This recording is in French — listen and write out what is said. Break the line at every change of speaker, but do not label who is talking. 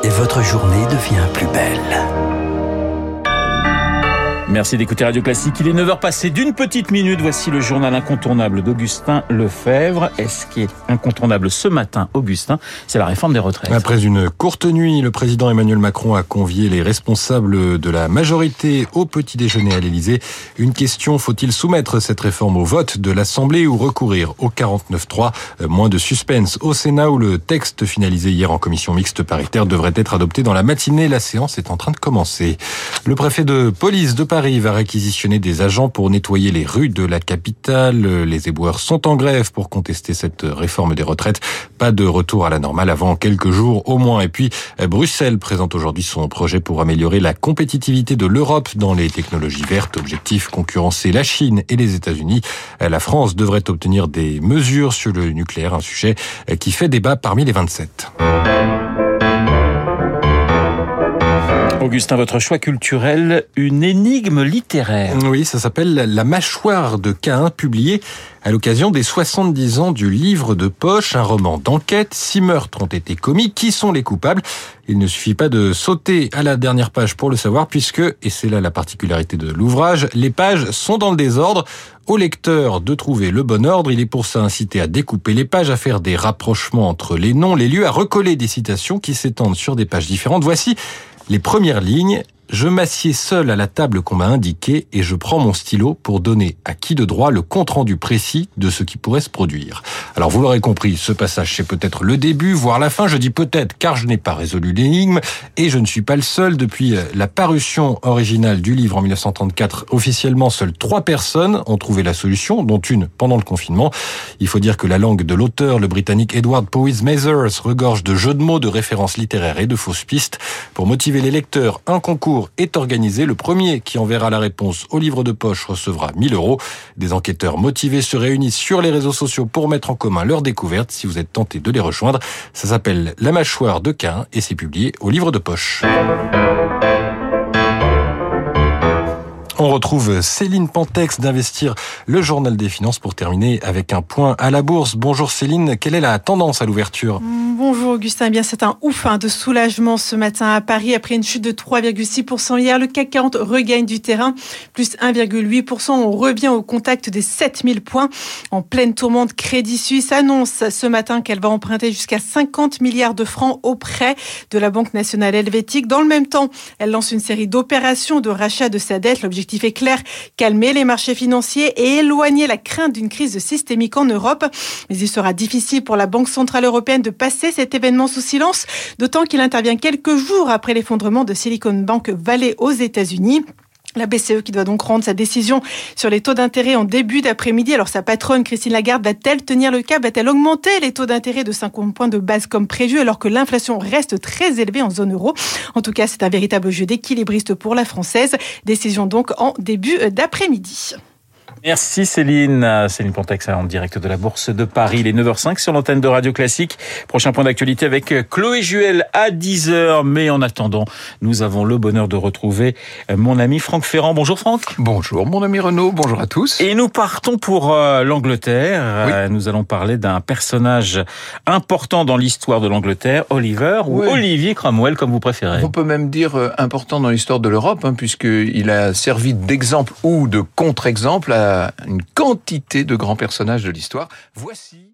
et votre journée devient plus belle.
Merci d'écouter Radio Classique. Il est 9h passé d'une petite minute. Voici le journal incontournable d'Augustin Lefebvre. Et ce qui est incontournable ce matin, Augustin, c'est la réforme des retraites.
Après une courte nuit, le président Emmanuel Macron a convié les responsables de la majorité au petit déjeuner à l'Élysée. Une question, faut-il soumettre cette réforme au vote de l'Assemblée ou recourir au 49.3 ? Moins de suspense au Sénat où le texte finalisé hier en commission mixte paritaire devrait être adopté dans la matinée. La séance est en train de commencer. Le préfet de police de Paris va réquisitionner des agents pour nettoyer les rues de la capitale. Les éboueurs sont en grève pour contester cette réforme des retraites. Pas de retour à la normale avant quelques jours au moins. Et puis, Bruxelles présente aujourd'hui son projet pour améliorer la compétitivité de l'Europe dans les technologies vertes. Objectif, concurrencer la Chine et les États-Unis. La France devrait obtenir des mesures sur le nucléaire, un sujet qui fait débat parmi les 27.
Augustin, votre choix culturel, une énigme littéraire.
Oui, ça s'appelle La mâchoire de Caïn, publié à l'occasion des 70 ans du livre de poche, un roman d'enquête. 6 meurtres ont été commis. Qui sont les coupables ? Il ne suffit pas de sauter à la dernière page pour le savoir, puisque, et c'est là la particularité de l'ouvrage, les pages sont dans le désordre. Au lecteur de trouver le bon ordre, il est pour ça incité à découper les pages, à faire des rapprochements entre les noms, les lieux, à recoller des citations qui s'étendent sur des pages différentes. Voici les premières lignes. Je m'assieds seul à la table qu'on m'a indiquée et je prends mon stylo pour donner à qui de droit le compte-rendu précis de ce qui pourrait se produire. Alors vous l'aurez compris, ce passage c'est peut-être le début, voire la fin. Je dis peut-être car je n'ai pas résolu l'énigme et je ne suis pas le seul. Depuis la parution originale du livre en 1934, officiellement seules 3 personnes ont trouvé la solution, dont une pendant le confinement. Il faut dire que la langue de l'auteur, le britannique Edward Powys Mazers, regorge de jeux de mots, de références littéraires et de fausses pistes. Pour motiver les lecteurs, un concours est organisé. Le premier qui enverra la réponse au livre de poche recevra 1 000 €. Des enquêteurs motivés se réunissent sur les réseaux sociaux pour mettre en commun leurs découvertes. Si vous êtes tenté de les rejoindre, ça s'appelle La mâchoire de Caïn et c'est publié au livre de poche. On retrouve Céline Pantex d'Investir, le journal des finances, pour terminer avec un point à la bourse. Bonjour Céline, quelle est la tendance à l'ouverture ?
Bonjour Augustin, eh bien c'est un ouf de soulagement ce matin à Paris. Après une chute de 3,6% hier, le CAC 40 regagne du terrain, plus 1,8%. On revient au contact des 7000 points. En pleine tourmente, Crédit Suisse annonce ce matin qu'elle va emprunter jusqu'à 50 milliards de francs auprès de la Banque nationale helvétique. Dans le même temps, elle lance une série d'opérations de rachat de sa dette. L'objectif est clair, calmer les marchés financiers et éloigner la crainte d'une crise systémique en Europe. Mais il sera difficile pour la Banque centrale européenne de passer cet événement sous silence, d'autant qu'il intervient quelques jours après l'effondrement de Silicon Valley aux États-Unis. La BCE qui doit donc rendre sa décision sur les taux d'intérêt en début d'après-midi. Alors sa patronne Christine Lagarde va-t-elle tenir le cap ? Va-t-elle augmenter les taux d'intérêt de 50 points de base comme prévu alors que l'inflation reste très élevée en zone euro ? En tout cas, c'est un véritable jeu d'équilibriste pour la française. Décision donc en début d'après-midi.
Merci Céline. Céline Pantex en direct de la Bourse de Paris. Il est 9h05 sur l'antenne de Radio Classique. Prochain point d'actualité avec Chloé Juel à 10h. Mais en attendant, nous avons le bonheur de retrouver mon ami Franck Ferrand. Bonjour Franck.
Bonjour mon ami Renaud, bonjour à tous.
Et nous partons pour l'Angleterre. Oui. Nous allons parler d'un personnage important dans l'histoire de l'Angleterre, Oliver ou Olivier Cromwell comme vous préférez.
On peut même dire important dans l'histoire de l'Europe, puisqu'il a servi d'exemple ou de contre-exemple à une quantité de grands personnages de l'histoire. Voici